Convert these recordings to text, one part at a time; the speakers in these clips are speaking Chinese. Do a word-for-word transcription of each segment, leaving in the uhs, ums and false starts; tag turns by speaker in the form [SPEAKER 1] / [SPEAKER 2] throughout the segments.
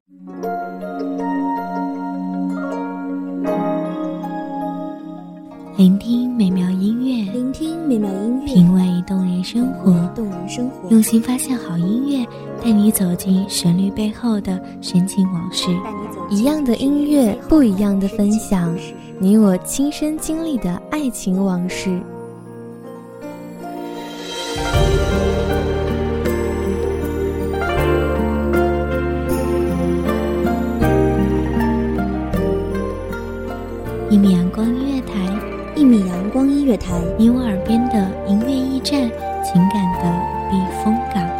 [SPEAKER 1] 聆听美妙音乐，
[SPEAKER 2] 聆听美妙音乐，
[SPEAKER 1] 品味动人生活，
[SPEAKER 2] 动人生活，
[SPEAKER 1] 用心发现好音乐，带你走进旋律背后的深情往事。
[SPEAKER 2] 一样的音乐，不一样的分享，你我亲身经历的爱情往事。
[SPEAKER 1] 一米阳光音乐台，
[SPEAKER 2] 一米阳光音乐台，
[SPEAKER 1] 你我耳边的音乐驿站，情感的避风港。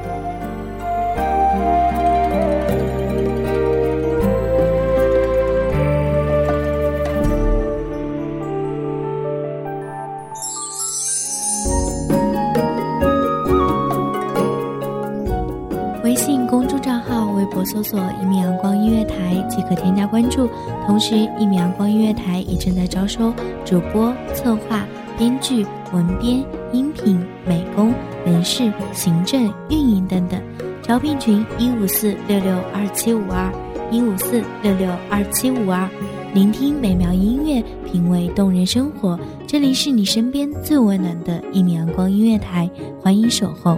[SPEAKER 1] 微信公众账号、微博搜索一米阳光音乐台即可添加关注。同时，一米阳光音乐台也正在招收主播、策划、编剧、文编、音频、美工、人事、行政、运营等等。招聘群一五四六六二七五二一五四六六二七五二。聆听美妙音乐，品味动人生活。这里是你身边最温暖的一米阳光音乐台，欢迎守候。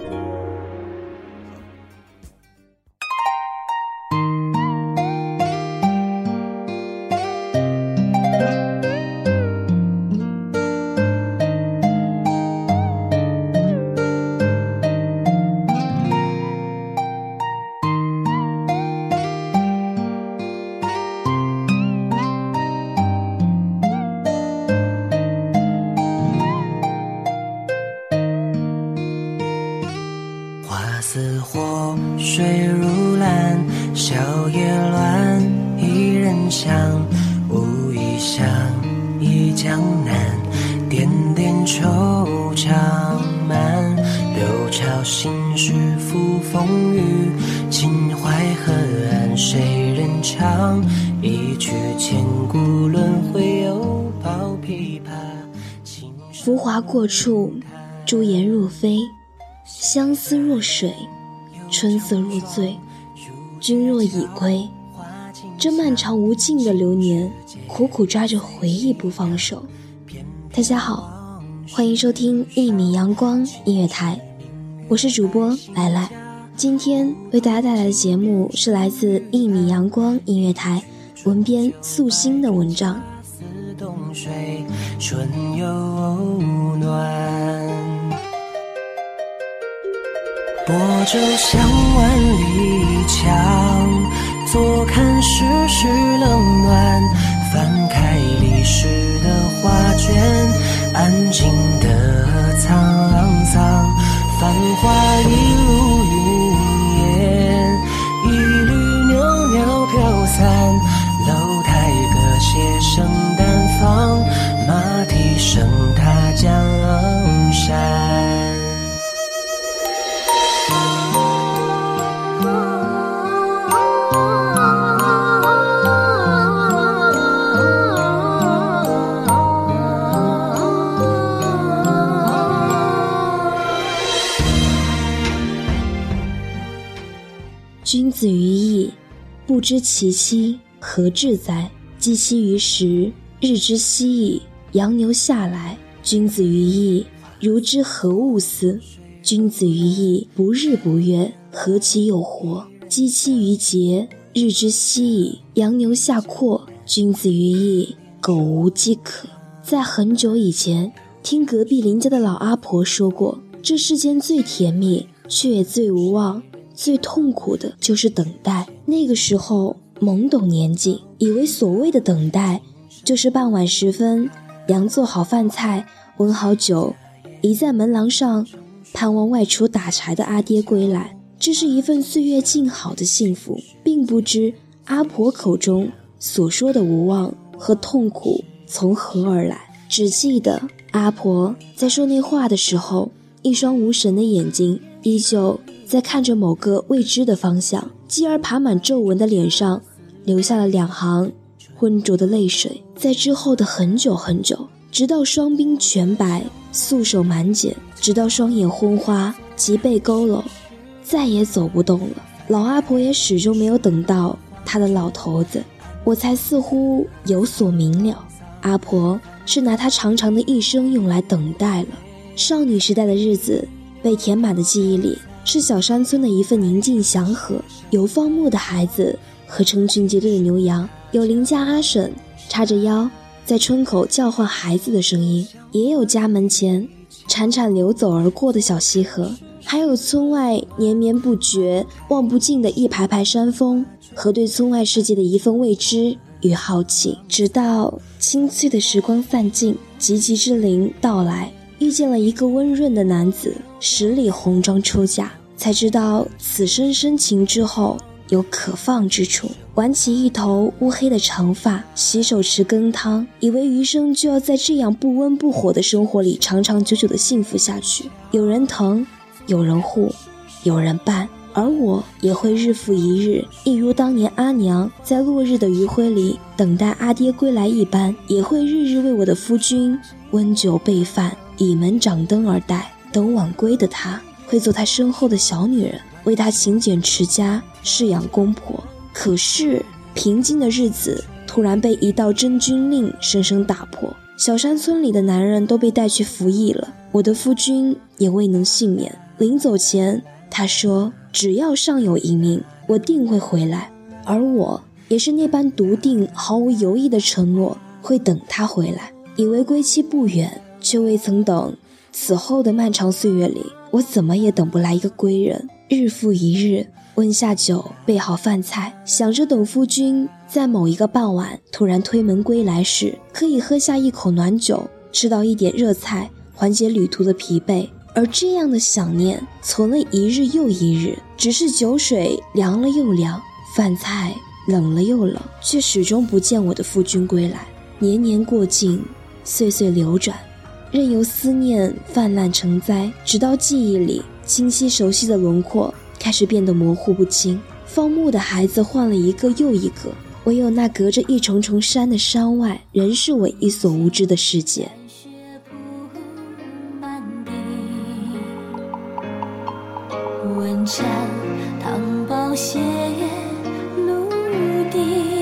[SPEAKER 3] 似火，水如蓝，小叶乱，一人香，无意想忆江南，点点惆怅满，六朝心事付风雨，秦淮河岸谁人唱？一曲千古轮回，又抱琵琶。
[SPEAKER 2] 浮华过处，朱颜若飞，相思若水，春色若醉，君若已归。这漫长无尽的流年，苦苦抓着回忆不放手。大家好，欢迎收听一米阳光音乐台，我是主播来来。今天为大家带来的节目是来自一米阳光音乐台文编素心的文章。
[SPEAKER 3] 东水春又暖，泊舟向万里江，坐看世事冷暖，翻开历史的画卷，安静的沧桑，繁华一路云烟，一缕袅袅飘散，楼台歌榭声淡放，马蹄声踏江山。
[SPEAKER 2] 君子于义，不知其期何至哉？积其于时，日之夕矣。杨牛下来，君子于义，如之何物似？君子于义，不日不月，何其有活？积其于节，日之夕矣。杨牛下阔，君子于义，苟无饥渴。在很久以前，听隔壁邻家的老阿婆说过，这世间最甜蜜却也最无望，最痛苦的就是等待。那个时候懵懂年纪，以为所谓的等待就是傍晚时分，羊做好饭菜，温好酒，倚在门廊上盼望外出打柴的阿爹归来，这是一份岁月静好的幸福，并不知阿婆口中所说的无望和痛苦从何而来。只记得阿婆在说那话的时候，一双无神的眼睛依旧在看着某个未知的方向，继而爬满皱纹的脸上流下了两行浑浊的泪水。在之后的很久很久，直到双鬓全白，素手满茧，直到双眼昏花，脊背佝偻，再也走不动了。 老阿婆也始终没有等到她的老头子，我才似乎有所明了，阿婆是拿她长长的一生用来等待了。少女时代的日子被填满的记忆里，是小山村的一份宁静祥和，有放牧的孩子和成群结队的牛羊，有邻家阿婶叉着腰在村口叫唤孩子的声音，也有家门前潺潺流走而过的小溪河，还有村外连绵不绝望不尽的一排排山峰，和对村外世界的一份未知与好奇。直到清脆的时光散尽，急急之灵到来，遇见了一个温润的男子，十里红妆出嫁，才知道此生深情之后有可放之处。挽起一头乌黑的长发，洗手池羹汤，以为余生就要在这样不温不火的生活里长长久久的幸福下去。有人疼，有人护，有人伴，而我也会日复一日，一如当年阿娘在落日的余晖里等待阿爹归来一般，也会日日为我的夫君温酒备饭，倚门掌灯而待。等晚归的他会做他身后的小女人，为他勤俭持家，侍养公婆。可是平静的日子突然被一道真君令生生打破，小山村里的男人都被带去服役了，我的夫君也未能幸免。临走前他说，只要尚有一命，我定会回来。而我也是那般笃定毫无犹豫的承诺，会等他回来。以为归期不远，却未曾等。此后的漫长岁月里，我怎么也等不来一个归人。日复一日，温下酒，备好饭菜，想着等夫君在某一个傍晚突然推门归来时，可以喝下一口暖酒，吃到一点热菜，缓解旅途的疲惫。而这样的想念存了一日又一日，只是酒水凉了又凉，饭菜冷了又冷，却始终不见我的夫君归来。年年过尽，岁岁流转，任由思念泛滥成灾，直到记忆里清晰熟悉的轮廓开始变得模糊不清。放牧的孩子换了一个又一个，唯有那隔着一重重山的山外，仍是我一所无知的世界。
[SPEAKER 4] 问斩唐宝血陆地，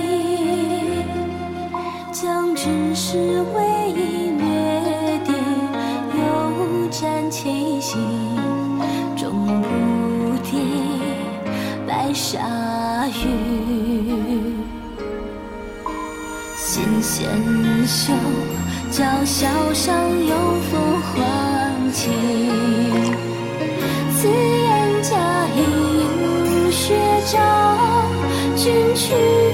[SPEAKER 4] 将知识为一略地，又沾气息终不敌白沙雨。新鲜秀将笑上有风唤起，此言假意血照君躯，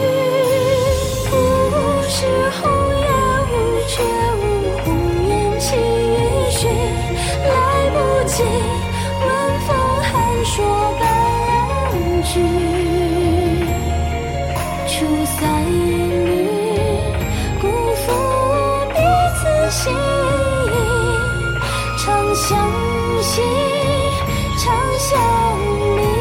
[SPEAKER 4] 不是红颜无却无红颜气血，来不及闻风寒说半句，出塞女辜负彼此心意，长相惜长相离。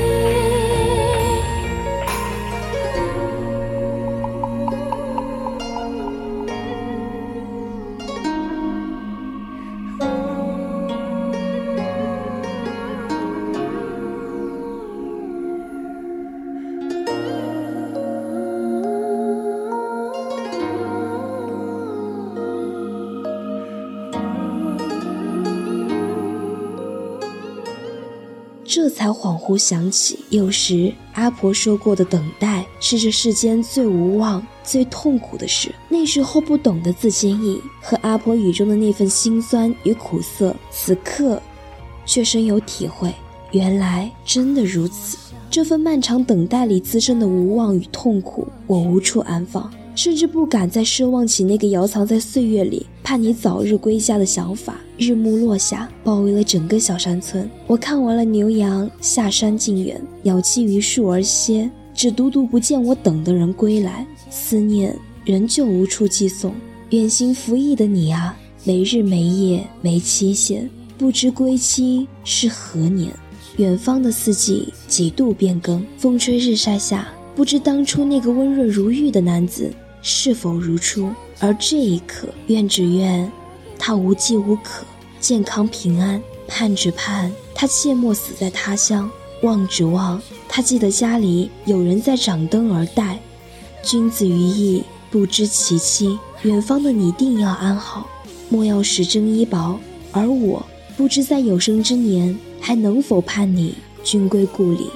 [SPEAKER 2] 这才恍惚想起，有时阿婆说过的等待是这世间最无望最痛苦的事。那时候不懂得自坚毅，和阿婆语中的那份辛酸与苦涩，此刻却深有体会，原来真的如此。这份漫长等待里滋生的无望与痛苦，我无处安放，甚至不敢再奢望起那个遥藏在岁月里盼你早日归家的想法。日暮落下，包围了整个小山村。我看完了牛羊下山进园，鸟栖于树而歇，只独独不见我等的人归来，思念仍旧无处寄送。远行服役的你啊，没日没夜没期限，不知归期是何年。远方的四季几度变更，风吹日晒下，不知当初那个温润如玉的男子是否如初。而这一刻，愿只愿他无饥无渴，健康平安，盼只盼他切莫死在他乡， 望指望，他记得家里有人在掌灯而待。君子于义，不知其妻，远方的你定要安好，莫要时争衣薄。而我不知在有生之年还能否盼你君归故里。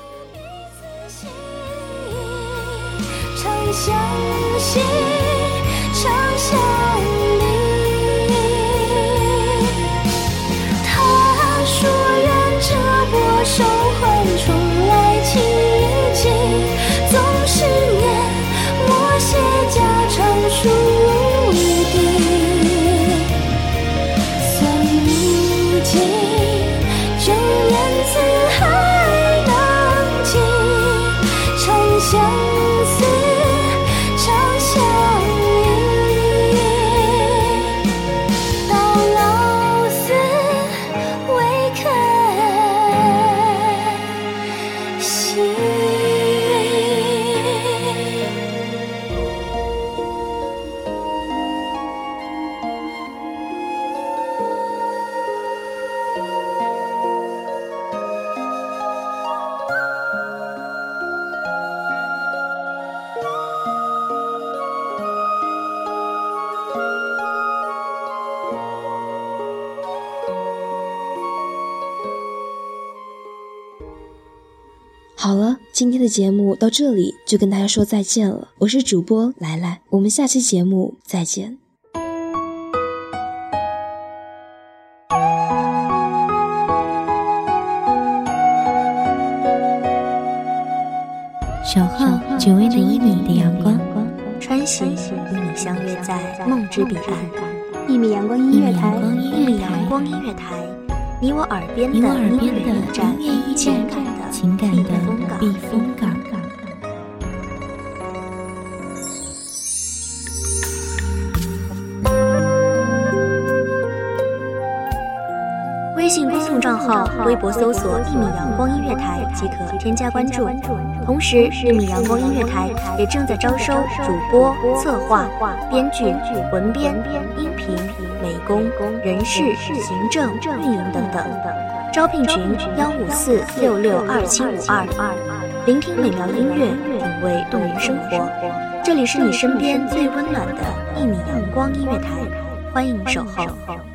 [SPEAKER 4] 常相惜，常相离。他说愿这波手环重来奇迹，总是念我写家常书底。算如今中年字还能记，常相思常相依，到老死未肯息。
[SPEAKER 2] 好了，今天的节目到这里就跟大家说再见了，我是主播来来，我们下期节目再见。
[SPEAKER 1] 守候只为那一米的阳光，
[SPEAKER 5] 穿行与你相约在梦之彼岸。
[SPEAKER 6] 一米阳光音乐台，
[SPEAKER 5] 一米阳光音乐台，你我耳边的音乐驿站，情感的
[SPEAKER 1] 情感的避风港。
[SPEAKER 5] 微信公众账号、微博搜索“一米阳光音乐台”即可添加关注。同时，一米阳光音乐台也正在招收主播、策划、编剧、文编、音频、美工、人事、行政、运营等等。招聘群：幺五四六六二七五二。聆听美妙音乐，品味动人生活。这里是你身边最温暖的一米阳光音乐台，欢迎守候。